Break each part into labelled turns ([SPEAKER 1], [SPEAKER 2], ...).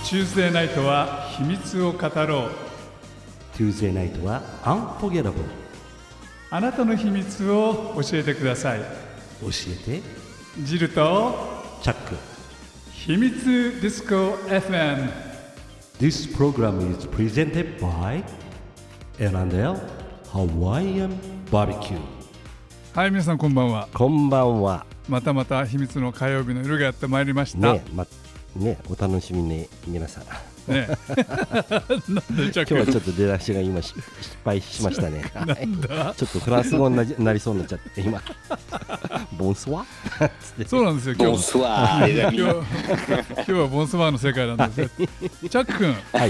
[SPEAKER 1] Tuesday ナイトは秘密を語ろう。
[SPEAKER 2] Tuesday ナイトは Unforgettable。
[SPEAKER 1] あなたの秘密を教えてください。
[SPEAKER 2] 教えて
[SPEAKER 1] ジルと
[SPEAKER 2] チャック。
[SPEAKER 1] 秘密ディスコ FM。
[SPEAKER 2] This program is presented by L&L Hawaiian Barbecue。
[SPEAKER 1] はい、皆さんこんばんは。
[SPEAKER 2] こんばんは。
[SPEAKER 1] またまた秘密の火曜日の夜がやってまいりました。
[SPEAKER 2] お楽しみに皆さん。
[SPEAKER 1] ねなんで
[SPEAKER 2] 今日はちょっと出だしが今失敗しましたね。
[SPEAKER 1] なんだ
[SPEAKER 2] ちょっとフランス語になりそうになっちゃって今ボンソワ
[SPEAKER 1] そうなんですよ。
[SPEAKER 3] ボンソワー
[SPEAKER 1] 今日はボンソワーの世界なんですよ。チャック君、
[SPEAKER 2] はい、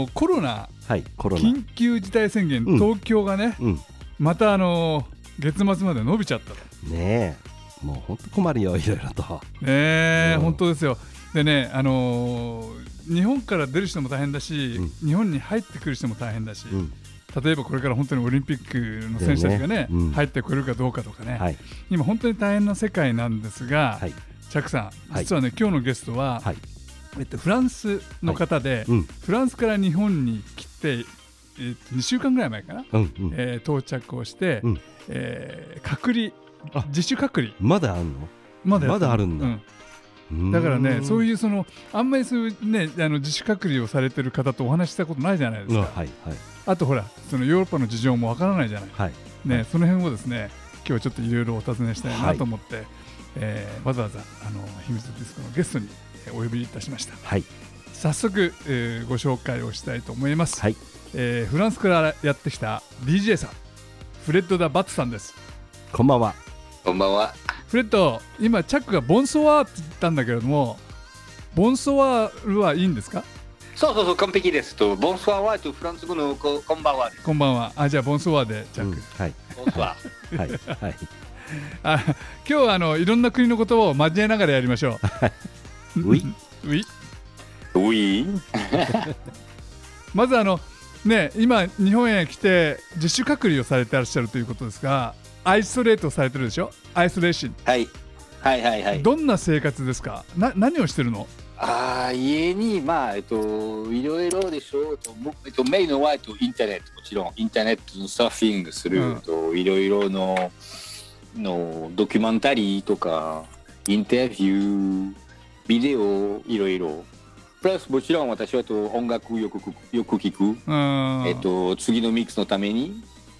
[SPEAKER 1] コロナ
[SPEAKER 2] コロナ
[SPEAKER 1] 緊急事態宣言、東京がね、また月末まで伸びちゃったと。
[SPEAKER 2] ねえ、もう本当困るよ、いろいろと。
[SPEAKER 1] ねえ、本当ですよ。でね、日本から出る人も大変だし、日本に入ってくる人も大変だし、例えばこれから本当にオリンピックの選手たちがね、入ってくれるかどうかとかね、今本当に大変な世界なんですが、チャックさん、実はね、今日のゲストは、フランスの方で、フランスから日本に来て、2週間ぐらい前かな、到着をして、隔離、自主隔離
[SPEAKER 2] まだあるの？まだあるんだ。
[SPEAKER 1] だからね、そういうあんまりそういうね、自主隔離をされてる方とお話ししたことないじゃないですか。あとほら、ヨーロッパの事情もわからないじゃない。ね、その辺をですね、今日はちょっといろいろお尋ねしたいなと思って、わざわざ秘密ディスコのゲストにお呼びいたしました。早速、ご紹介をしたいと思います。フランスからやってきた DJ さん、フレッド・ダ・バッツさんです。
[SPEAKER 2] こんばんは。
[SPEAKER 3] こんばんは。
[SPEAKER 1] フレッド、今チャックがボンソワーって言ったんだけれども、ボンソワールはいいんですか？
[SPEAKER 3] そう完璧ですと。ボンソワーはフランス語のこんばんはです。
[SPEAKER 1] こんばんは。じゃあボンソワーでチャック。
[SPEAKER 3] ボンソワ
[SPEAKER 1] ー。今日はいろんな国の言葉を交えながらやりましょう。
[SPEAKER 2] ウィ
[SPEAKER 3] ウィ
[SPEAKER 1] まずね、今日本へ来て自主隔離をされていらっしゃるということですが、アイソレートされてるでしょ？アイソレーション。
[SPEAKER 3] はい。
[SPEAKER 1] どんな生活ですか？何をしてるの？
[SPEAKER 3] 家にいろいろでしょうと。メインのはインターネット、もちろんインターネットのサーフィングすると、いろいろのドキュメンタリーとかインタビュー、ビデオいろいろ。プラスもちろん私は音楽よく聞く。次のミックスのために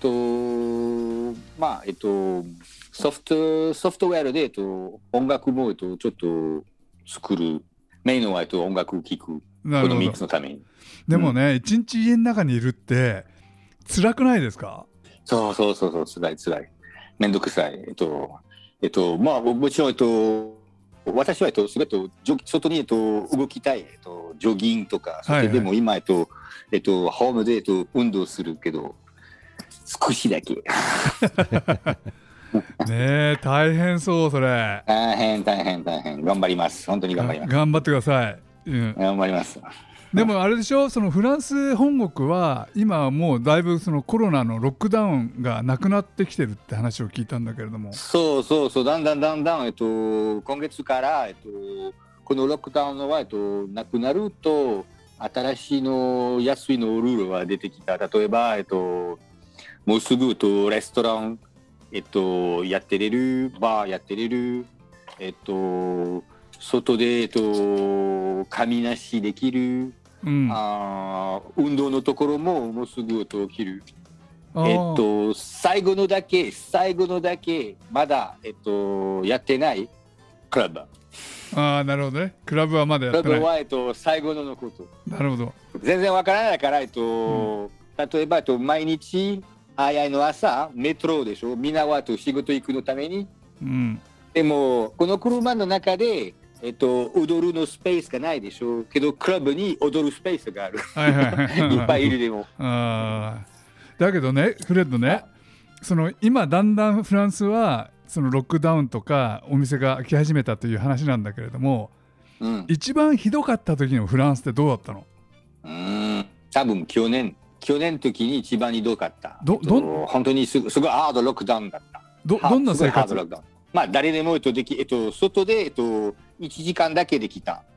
[SPEAKER 3] ソフトウェアで音楽もちょっと作る。メインのは音楽聴く、このミックスのために。
[SPEAKER 1] でもね、一日家の中にいるって辛くないですか？
[SPEAKER 3] そう辛いめんどくさい。もちろん私はすべて外に動きたい、ジョギングとか、それでも今ホームで運動するけど少しだけ。
[SPEAKER 1] ねえ、大変そう。それ
[SPEAKER 3] 大変頑張ります。本当に頑張ります。
[SPEAKER 1] 頑張ってください。
[SPEAKER 3] 頑張ります。
[SPEAKER 1] でもあれでしょ、フランス本国は今はもうだいぶコロナのロックダウンがなくなってきてるって話を聞いたんだけれども。
[SPEAKER 3] そうだんだん今月からこのロックダウンはなくなると、新しい安いルールが出てきた。例えばもうすぐレストランやってれる、バーやってれる、外で紙なしできる、運動のところももうすぐ起きる。最後のだけまだやってないクラブ。
[SPEAKER 1] なるほどね。クラブはまだやってない。
[SPEAKER 3] クラブは最後のこと。
[SPEAKER 1] なるほど。
[SPEAKER 3] 全然わからないから例えば毎日早いの朝メトロでしょ。みんなは仕事行くのために。でもこの車の中で踊るのスペースがないでしょ。けどクラブに踊るスペースがある。いっぱいいるでも。
[SPEAKER 1] だけどね、フレッドね、今だんだんフランスはロックダウンとかお店が開き始めたという話なんだけれども、一番ひどかった時のフランスってどうだったの？
[SPEAKER 3] 多分去年の時に一番ひどかった。本当にすごいハードロックダウンだった。
[SPEAKER 1] どんな生活？
[SPEAKER 3] 誰でも外で1時間だけできた。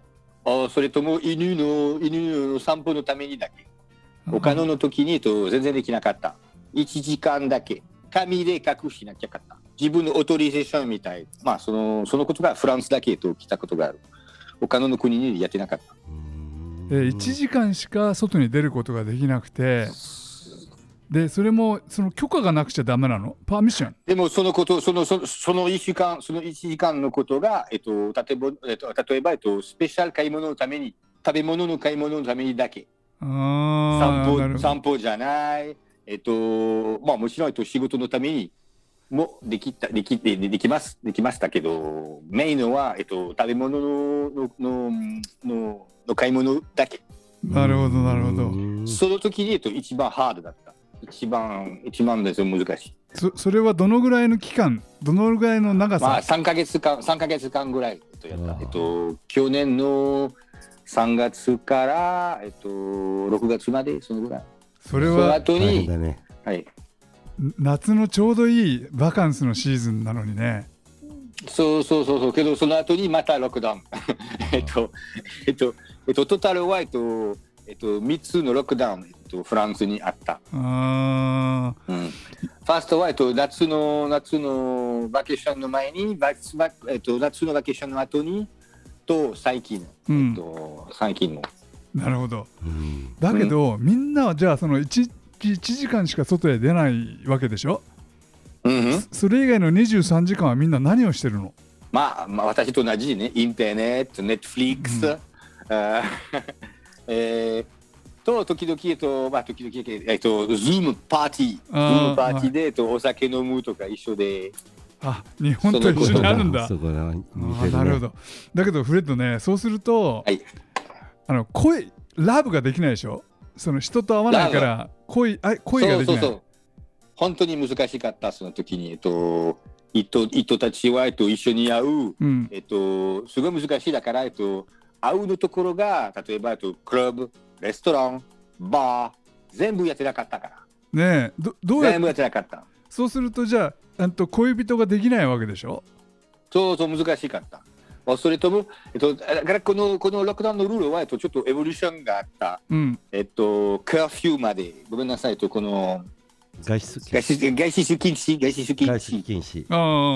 [SPEAKER 3] それとも犬の散歩のためにだけ。他の時に全然できなかった。1時間だけ紙で隠しなきゃかった。自分のオートリゼーションみたい。まあそのことがフランスだけと来たことがある。他の国にやってなかった。
[SPEAKER 1] 1時間しか外に出ることができなくて、でそれもその許可がなくちゃダメなの？パーミッション？
[SPEAKER 3] でもその1時間その1時間のことが例えばスペシャル買い物のために、食べ物の買い物のためにだけ。散歩じゃない。まあもちろん仕事のためにもできましたけど、メインのは食べ物の買い物だけ。
[SPEAKER 1] なるほどなるほど。
[SPEAKER 3] その時に一番ハードだった。一番ですよ、難しい。
[SPEAKER 1] それはどのぐらいの期間、どのぐらいの長さ？
[SPEAKER 3] まあ3ヶ月間ぐらいやった。去年の3月から6月までそのぐらい。
[SPEAKER 1] それは
[SPEAKER 3] その後に、
[SPEAKER 2] はい、
[SPEAKER 3] 夏
[SPEAKER 1] のちょうどいいバカンスのシーズンなのにね。
[SPEAKER 3] そうけどその後にまたロックダウン。トータルは3つのロックダウンフランスにあった。ファーストは夏のバケーションの前に、夏のバケーションの後にと最近の。
[SPEAKER 1] なるほど。だけど、みんなはじゃあその1時間しか外へ出ないわけでしょ。それ以外の23時間はみんな何をしてるの？
[SPEAKER 3] まあ私と同じね、インターネット、ネットフリックス、時々ズームパーティーでお酒飲むとか一緒で。
[SPEAKER 1] 日本と一緒にあるんだ。なるほど。だけどフレッドね、そうすると、ラブができないでしょ。その人と会わないから恋ができない。
[SPEAKER 3] 本当に難しかった。その時に人たちは一緒に会う、すごい難しい。だから会うのところが例えばクラブ、レストラン、バー全部やってなかったから
[SPEAKER 1] ね。どうやって
[SPEAKER 3] 全部やってなかった。
[SPEAKER 1] そうするとじゃあ恋人ができないわけでしょ。
[SPEAKER 3] そう難しかった。それともだからこのロックダウンのルールはちょっとエボリューションがあった。カーフューまで、ごめんなさい、この外出禁止。
[SPEAKER 2] 外出禁止。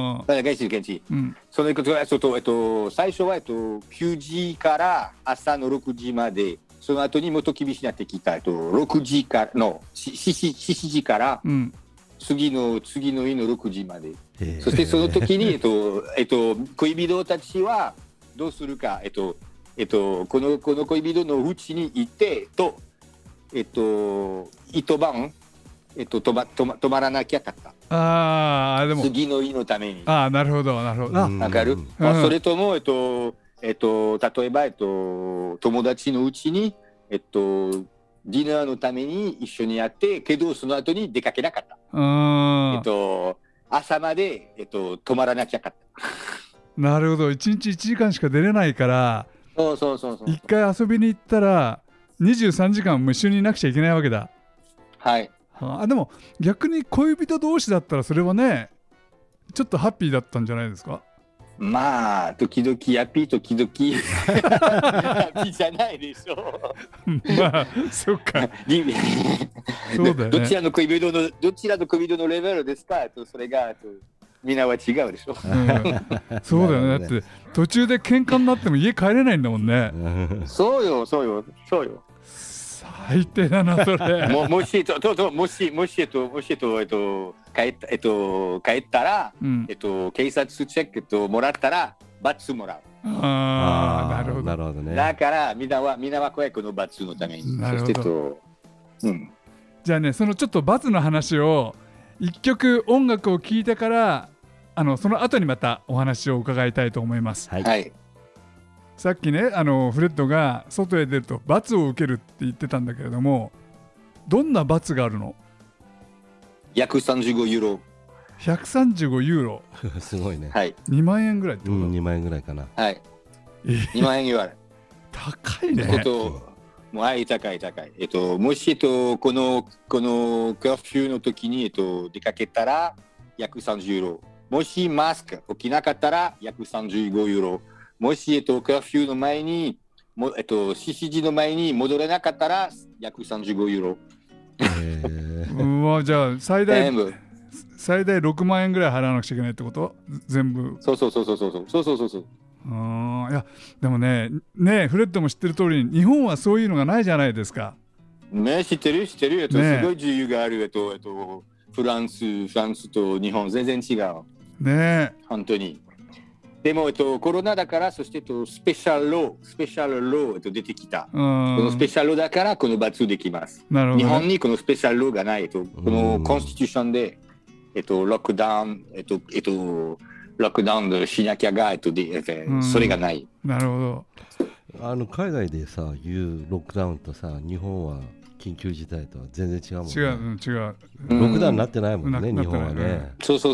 [SPEAKER 3] そのことは最初は9時から朝の6時まで、その後にもっと厳しくなってきた6時からの7時から、次の日の6時まで。そしてその時に恋人たちはどうするか、この恋人のうちに行って一晩泊まらなきゃかった。
[SPEAKER 1] でも
[SPEAKER 3] 次の日のために。
[SPEAKER 1] なるほどなるほど。
[SPEAKER 3] わかる？それとも例えば友達のうちにディナーのために一緒にやってけどその後に出かけなかった。朝まで泊まらなきゃかった。
[SPEAKER 1] なるほど。1日1時間しか出れないから、一回遊びに行ったら23時間も一緒にいなくちゃいけないわけだ。
[SPEAKER 3] はい。
[SPEAKER 1] でも逆に恋人同士だったらそれはね、ちょっとハッピーだったんじゃないですか。
[SPEAKER 3] まあ時々ハッピー、時々ハッピーじゃないでしょ。
[SPEAKER 1] まあそっか。そうだよね。
[SPEAKER 3] どちらの恋人のレベルですか。それがみんなは違うでしょ。
[SPEAKER 1] そうだよね。だって途中で喧嘩になっても家帰れないんだもんね。
[SPEAKER 3] そうよ。
[SPEAKER 1] 最低だなそれ。
[SPEAKER 3] もし帰ったら、警察チェックもらったら罰もらう。
[SPEAKER 1] なるほど
[SPEAKER 2] ね。
[SPEAKER 3] だからみんなは怖いこの罰のために。
[SPEAKER 1] なるほど。じゃあね、そのちょっと罰の話を一曲音楽を聴いてからその後にまたお話を伺いたいと思います。
[SPEAKER 3] はい。
[SPEAKER 1] さっきねフレッドが外へ出ると罰を受けるって言ってたんだけれども、どんな罰があるの？
[SPEAKER 3] 約35ユーロ。
[SPEAKER 1] 135ユーロ。
[SPEAKER 2] すごいね。
[SPEAKER 3] はい。
[SPEAKER 1] 2万円ぐらいってこと？2
[SPEAKER 2] 万円ぐらいかな。
[SPEAKER 3] はい。2万円言われ。
[SPEAKER 1] 高いね。
[SPEAKER 3] もう高い。もしこのカーフューの時に出かけたら約30ユーロ。もしマスク起きなかったら約35ユーロ。もしカーフューの前に CCG の前に戻れなかったら約35ユーロ。
[SPEAKER 1] うわ、じゃあ最大6万円ぐらい払わなくちゃいけないってこと？全部。
[SPEAKER 3] そう。
[SPEAKER 1] いやでもねフレッドも知ってる通りに日本はそういうのがないじゃないですか。
[SPEAKER 3] ね、知ってる、すごい自由がある。フランスと日本全然違う。
[SPEAKER 1] ね、
[SPEAKER 3] 本当に。でも、コロナだから、そしてスペシャルロー、出てきた。このスペシャルローだからこの罰できます。
[SPEAKER 1] なるほど、ね、
[SPEAKER 3] 日本にこのスペシャルローがない。このコンスティテューションで、ロックダウン、ロックダウンしなきゃが、それがない。
[SPEAKER 1] なるほ
[SPEAKER 2] ど。海外でさ、いうロックダウンとさ、日本は緊急事態とは全然違うもんね。
[SPEAKER 1] 違う。
[SPEAKER 2] ロックダウンになってないもんね、日本はね。
[SPEAKER 3] そう。
[SPEAKER 1] フ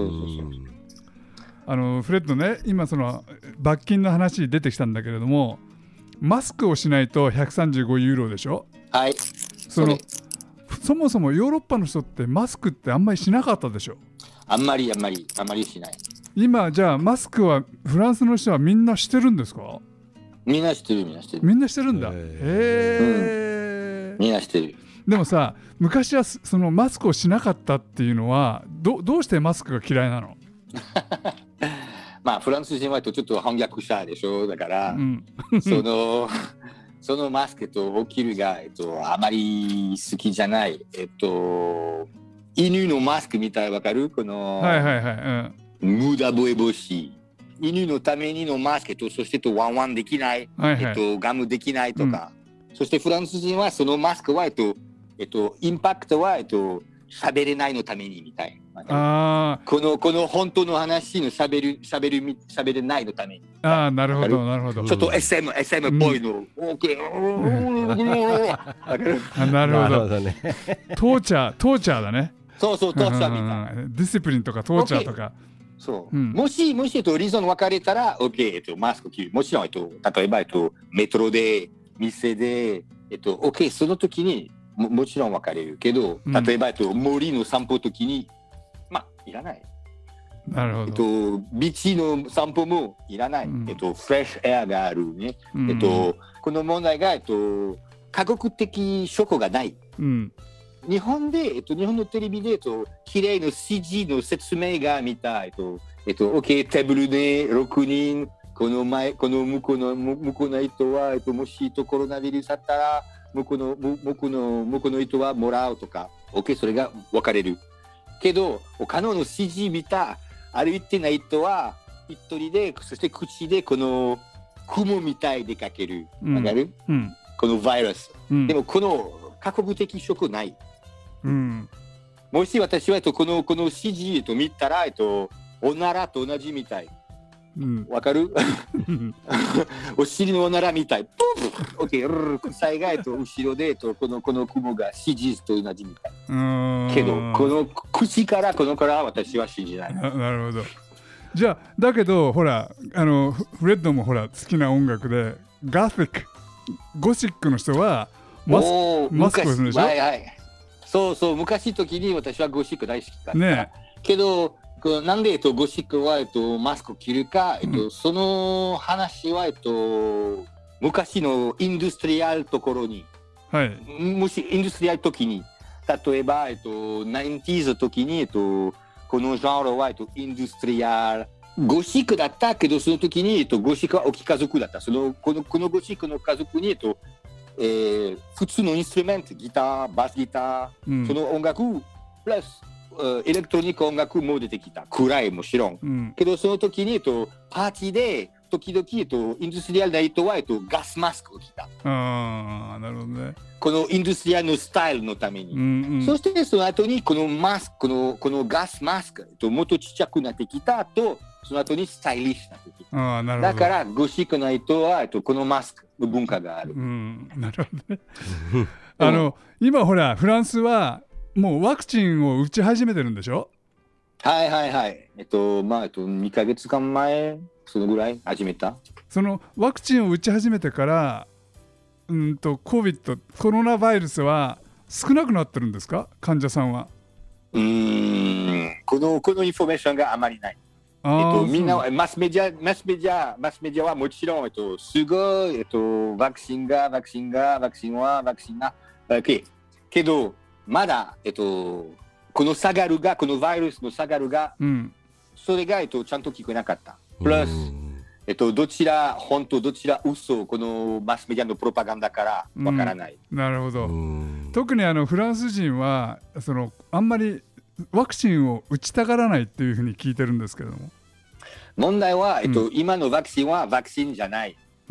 [SPEAKER 1] レッドね、今その罰金の話出てきたんだけれども、マスクをしないと135ユーロでしょ。
[SPEAKER 3] はい。
[SPEAKER 1] そもそもヨーロッパの人ってマスクってあんまりしなかったでしょ。
[SPEAKER 3] あんまりしない。
[SPEAKER 1] 今じゃあマスクはフランスの人はみんなしてるんですか？
[SPEAKER 3] みんなしてる。
[SPEAKER 1] みんなしてるんだ。
[SPEAKER 3] みんなしてる。
[SPEAKER 1] でもさ、昔はそのマスクをしなかったっていうのはどうしてマスクが嫌いなの？
[SPEAKER 3] まあフランス人はちょっと反逆者でしょ。だから、そのマスクと起きるが、あまり好きじゃない。犬のマスクみたい、わかる？この、ムダボエ防止。犬のためにのマスクと、そしてワンワンできない、ガムできないとか、そしてフランス人はそのマスクは、インパクトは、喋れないのためにみたい。この本当の話の喋れないのために。
[SPEAKER 1] なるほど。
[SPEAKER 3] ちょっと SM っぽいの。OK。
[SPEAKER 1] なるほどね。トーチャーだね。
[SPEAKER 3] そう、トーチャーみたい。
[SPEAKER 1] ディシプリンとかトーチャーとか。
[SPEAKER 3] そう。もしリーゾン分かれたら OK、マスク着る。もちろん例えばメトロで店でOK、その時にもちろん分かれるけど、例えば森の散歩時にいらない。
[SPEAKER 1] なるほど。
[SPEAKER 3] ビーチの散歩もいらない。フレッシュエアがあるね。この問題が科学的証拠がない。日本のテレビで綺麗な CG の説明が見たOK、テーブルで6人、この向こうの人はもしコロナウイルスあったら向こうの人はもらうとか、OK、それが分かれる。けど他の CG 見た歩いてない人は一人で、そして口でこの雲みたいでかける。わかる？このバイラス。でもこの科学的証拠ない。もし私はこの CG 見たらおならと同じみたい。わかる？お尻のおならみたい。オッケー、臭いが後ろでこの雲が CG と同じみたい。けどこの口からは私は信じない。
[SPEAKER 1] なるほど。じゃあだけどほらフレッドもほら好きな音楽でゴシックの人はマスクをするでしょ。
[SPEAKER 3] そう、昔時に私はゴシック大好きだった。けどなんでゴシックはマスクを着るか、その話は昔のインダストリアルところに、もしインダストリアル時に、例えば90s 時にこのジャンルはインダストリアルゴシックだったけど、その時にゴシックは大きい家族だった。このゴシックの家族に普通のインストゥルメント、ギター、バスギター、その音楽プラスエレクトロニック音楽も出てきた。暗いもちろん。けどその時にパーティーで時々インダストリアルな人はガスマスクを着た。
[SPEAKER 1] なるほどね。
[SPEAKER 3] このインダストリアルのスタイルのために。そしてその後にこのマスクこのガスマスクもっとちっちゃくなってきたと、その後にスタイリッシュなってきた。だからゴシックの人はこのマスクの文化がある。
[SPEAKER 1] なるほどね。今ほらフランスはもうワクチンを打ち始めてるんでしょ？
[SPEAKER 3] はい。2ヶ月間前、そのぐらい始めた。
[SPEAKER 1] そのワクチンを打ち始めてからCOVID、コロナウイルスは少なくなってるんですか？患者さんは。
[SPEAKER 3] このインフォメーションがあまりない。 みんなマスメディアはもちろん、すごい、ワクチンが、けど、まだ、この下がるが、このバイルスの下がるが、それが、ちゃんと聞こえなかった。プラス、どちら本当、どちら嘘、このマスメディアのプロパガンダからわからない。
[SPEAKER 1] なるほど。特にフランス人はあんまりワクチンを打ちたがらないっていうふうに聞いてるんですけれども。
[SPEAKER 3] 問題は、今のワクチンはワクチンじゃない。こ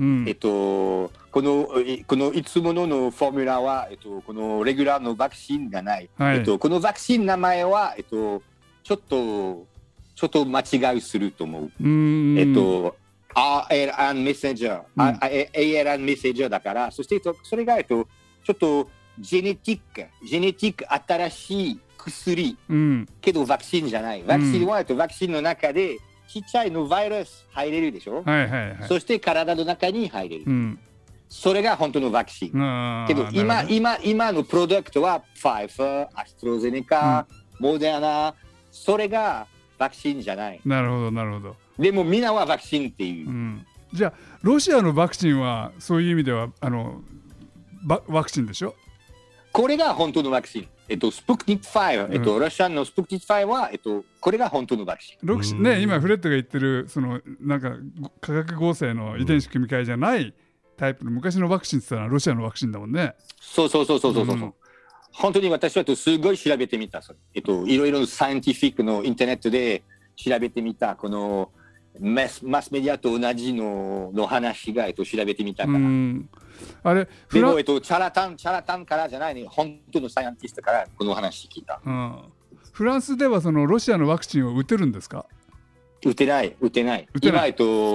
[SPEAKER 3] のいつものフォーミュラは、このレギュラーのワクチンがない。はい、このワクチン名前は、ちょっと間違いすると思う。ARN メッセンジャー、ARN メッセンジャーだから、そしてそれがちょっとジェネティック新しい薬、けどワクチンじゃない。ワクチンはワクチンの中でちっちゃいのバイラス入れるでしょ、そして体の中に入れる、それが本当のワクチン。けど今のプロダクトはファイザー、アストロゼネカ、モデルナ、それがワクチンじゃない。
[SPEAKER 1] なるほどなるほど。
[SPEAKER 3] でもみんなはワクチンっていう、
[SPEAKER 1] じゃあロシアのワクチンはそういう意味ではワクチンでしょ。
[SPEAKER 3] これが本当のワクチン。スプクニック5、ロシアのスプクニック5は、これが本当のワクチン。
[SPEAKER 1] ね、今フレッドが言ってるなんか化学合成の遺伝子組み換えじゃないタイプの昔のワクチンって言ったらロシアのワクチンだもんね。
[SPEAKER 3] そう、本当に私はすごい調べてみた。いろいろサイエンティフィックのインターネットで調べてみた。このマスメディアと同じの話が、調べてみたから。
[SPEAKER 1] あれ
[SPEAKER 3] でも、チャラタンからじゃないね、本当のサイエンティストからこの話聞いた。
[SPEAKER 1] フランスではロシアのワクチンを打てるんですか？
[SPEAKER 3] 打てない。今、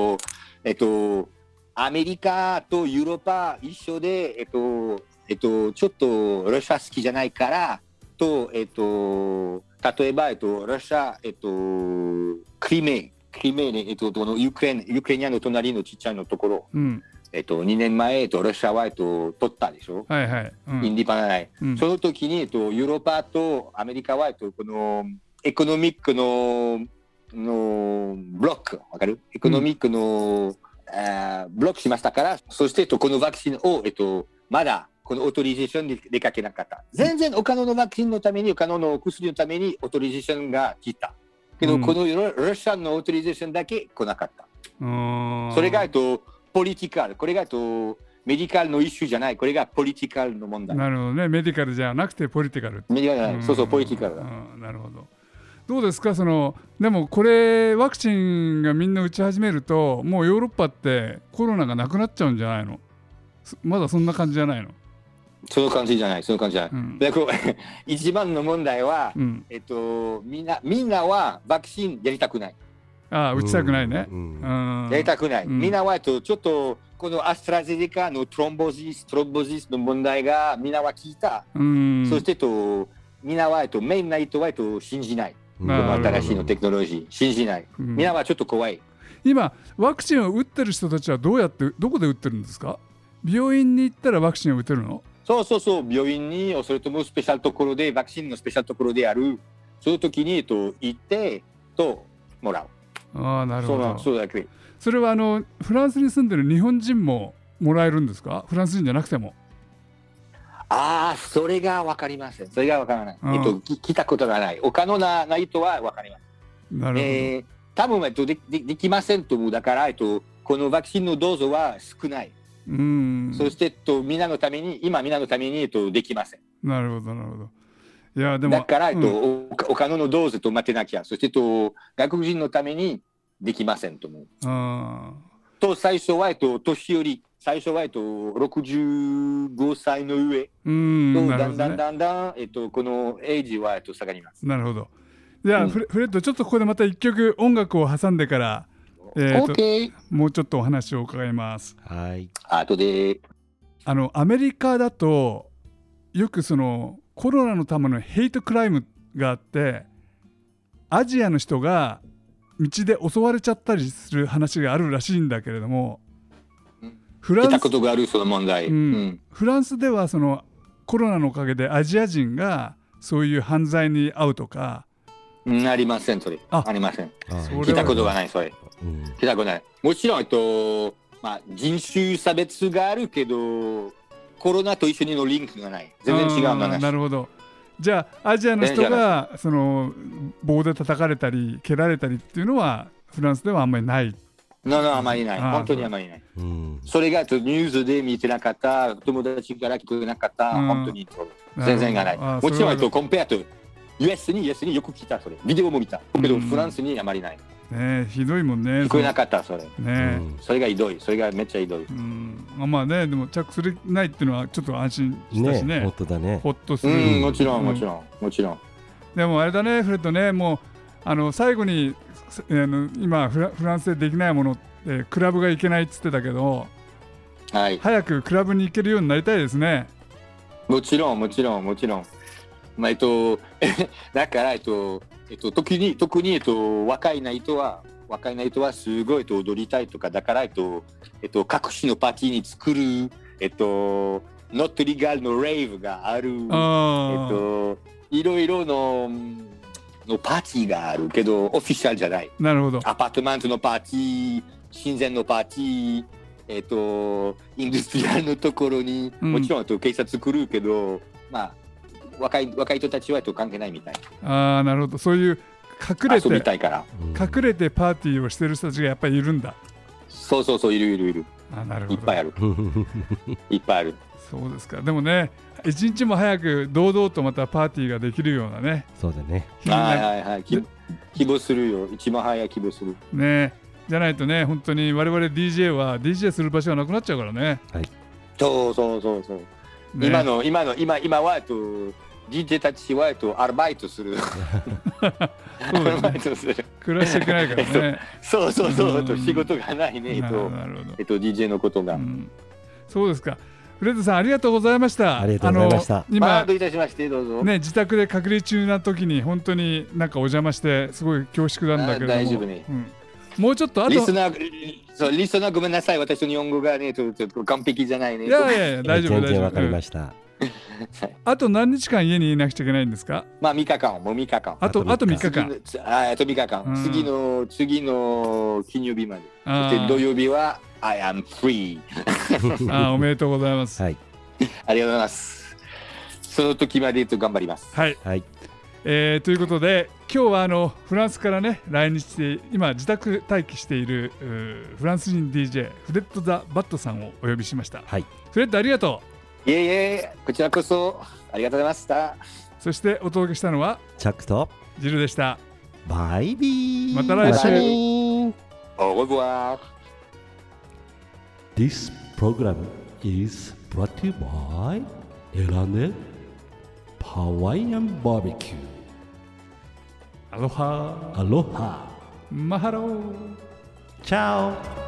[SPEAKER 3] アメリカとヨーロッパ一緒で、ちょっとロシア好きじゃないからと、例えば、ロシア、クリメね、ユクレニアの隣のちっちゃいのところ、2年前、ロシアは、取ったでしょ、インディパンダイ、その時に、ヨーロッパとアメリカは、このエコノミックのブロック、わかる？エコノミックの、ブロックしましたから、そして、このワクチンを、まだ、このオートリゼーションに出かけなかった。全然、他のワクチンのために、他の薬のために、オートリゼーションが来た。けど、このロシアのオートリゼーションだけ来なかった。それが、ポリティカル、これがメディカルのイシューじゃない、これがポリティカルの問題。
[SPEAKER 1] なるほどね、メディカルじゃなくてポリティカル。
[SPEAKER 3] メディカルじゃない、そう、ポリティカルだ。
[SPEAKER 1] なるほど。どうですか、でもこれ、ワクチンがみんな打ち始めると、もうヨーロッパってコロナがなくなっちゃうんじゃないの？まだそんな感じじゃないの？
[SPEAKER 3] その感じじゃない。で、一番の問題は、みんなはワクチンやりたくない。
[SPEAKER 1] 打ちたくないね。
[SPEAKER 3] やりたくない。みんなはちょっとこのアストラゼネカのトロンボジスの問題がみんなは聞いた。そしてみんなはメインな人は信じない。この新しいのテクノロジー信じない。みんなはちょっと怖い。
[SPEAKER 1] 今ワクチンを打ってる人たちはどこで打ってるんですか？病院に行ったらワクチンを打てるの？
[SPEAKER 3] そう、病院に、それともスペシャルところで、ワクチンのスペシャルところである、そういう時に行ってもらう。
[SPEAKER 1] なるほど。
[SPEAKER 3] そうだけ。
[SPEAKER 1] それはフランスに住んでる日本人ももらえるんですか？フランス人じゃなくても。
[SPEAKER 3] それが分かりません。それが分からない。聞いたことがない。他のない人は分かります。
[SPEAKER 1] なるほど。
[SPEAKER 3] 多分できませんと思う。だからこのワクチンのドーズは少ない。そしてみんなのためにできません。
[SPEAKER 1] なるほど。いやでも
[SPEAKER 3] だから他のドーズと待てなきゃ。そして外国人のためにできませんと思う。最初は年寄り、最初は65歳の上だんだんこのエイジは下がります。
[SPEAKER 1] なるほど。じゃあ、フレッドちょっとここでまた一曲音楽を挟んでからもうちょっとお話を伺います。
[SPEAKER 2] はい。
[SPEAKER 3] 後で。
[SPEAKER 1] アメリカだとよくコロナのためのヘイトクライムがあって、アジアの人が道で襲われちゃったりする話があるらしいんだけれども、
[SPEAKER 3] 聞いたことがあるその問題。
[SPEAKER 1] フランスではコロナのおかげでアジア人がそういう犯罪に遭うとか、
[SPEAKER 3] ありません、それ。ありません。聞いたことがない、それ。聞いたことない。もちろん、人種差別があるけど、コロナと一緒にのリンクがない。全然違う話。
[SPEAKER 1] なるほど。じゃあアジアの人がその棒で叩かれたり蹴られたりっていうのはフランスではあんまりない。
[SPEAKER 3] あまりない。本当にあまりない。それがニュースで見てなかった、友達から聞こえなかった、本当に全然がない。もちろんコンペアと US によく聞いた、それ。ビデオも見た。けどフランスにあまりない。
[SPEAKER 1] ひどいもんね。
[SPEAKER 3] 聞こえなかった、それ。それがひどい。それがめっちゃひどい。
[SPEAKER 1] まあね、でも着するないっていうのはちょっと安心したしね。
[SPEAKER 2] 本当だね。
[SPEAKER 1] ほっとする。
[SPEAKER 3] もちろん。
[SPEAKER 1] でもあれだね、フレッドね、もう最後に今フランスでできないものってクラブが行けないっつってたけど、早くクラブに行けるようになりたいですね。
[SPEAKER 3] もちろん。だから特に若い人はすごい踊りたいとか、だから各種のパーティーに作るノットリガルのレイブがある、いろいろのパーティーがあるけどオフィシャルじゃない。
[SPEAKER 1] なるほど。
[SPEAKER 3] アパートメントのパーティー、親善のパーティー、インダストリアルのところに、もちろん警察来るけど、若い人たちは関係ないみたい。
[SPEAKER 1] なるほど。そういう隠れて
[SPEAKER 3] 遊びたいから
[SPEAKER 1] 隠れてパーティーをしてる人たちがやっぱりいるんだ。
[SPEAKER 3] そういる。
[SPEAKER 1] なるほど。
[SPEAKER 3] いっぱいある。
[SPEAKER 1] そうですか。でもね、一日も早く堂々とまたパーティーができるようなね。
[SPEAKER 2] そうだね。
[SPEAKER 3] 希望するよ。一番早い希望する。
[SPEAKER 1] ね、じゃないとね、本当に我々 DJ は DJ する場所がなくなっちゃうからね。
[SPEAKER 3] そう。今はDJ たちはアルバイトする。
[SPEAKER 1] 暮らしていけないからね。
[SPEAKER 3] そう仕事がないね。DJ のことが。
[SPEAKER 1] そうですか。フレッドさんありがとうございました。
[SPEAKER 2] ありがとうございました。
[SPEAKER 3] 今どういたしまして、どうぞ。
[SPEAKER 1] ね、自宅で隔離中な時に本当になんかお邪魔してすごい恐縮なんだけれども。
[SPEAKER 3] 大丈夫ね。
[SPEAKER 1] もうちょっと
[SPEAKER 3] リスナーごめんなさい。私の日本語がねちょっと完璧じゃないね。
[SPEAKER 1] いや大丈夫。
[SPEAKER 2] 全然わかりました。
[SPEAKER 1] あと何日間家にいなくちゃいけないんですか
[SPEAKER 3] ？3日間。あと
[SPEAKER 1] 3日間。
[SPEAKER 3] あと3日間。次の金曜日まで。土曜日はI am free
[SPEAKER 1] おめでとうございます、
[SPEAKER 3] ありがとうございます。その時まで頑張ります。
[SPEAKER 1] ということで今日はフランスからね来日して今自宅待機しているフランス人 DJ フレッド・ザ・バットさんをお呼びしました、フレッドありがと
[SPEAKER 3] う。いえこちらこそありがとうございました。
[SPEAKER 1] そしてお届けしたのは
[SPEAKER 2] チャックと
[SPEAKER 1] ジルでした。
[SPEAKER 2] バイビー。
[SPEAKER 1] また来週。
[SPEAKER 3] au revoir.
[SPEAKER 2] This program is brought to you by Elane Hawaiian Barbecue.
[SPEAKER 1] Aloha.
[SPEAKER 2] Aloha.
[SPEAKER 1] Mahalo.
[SPEAKER 2] Ciao.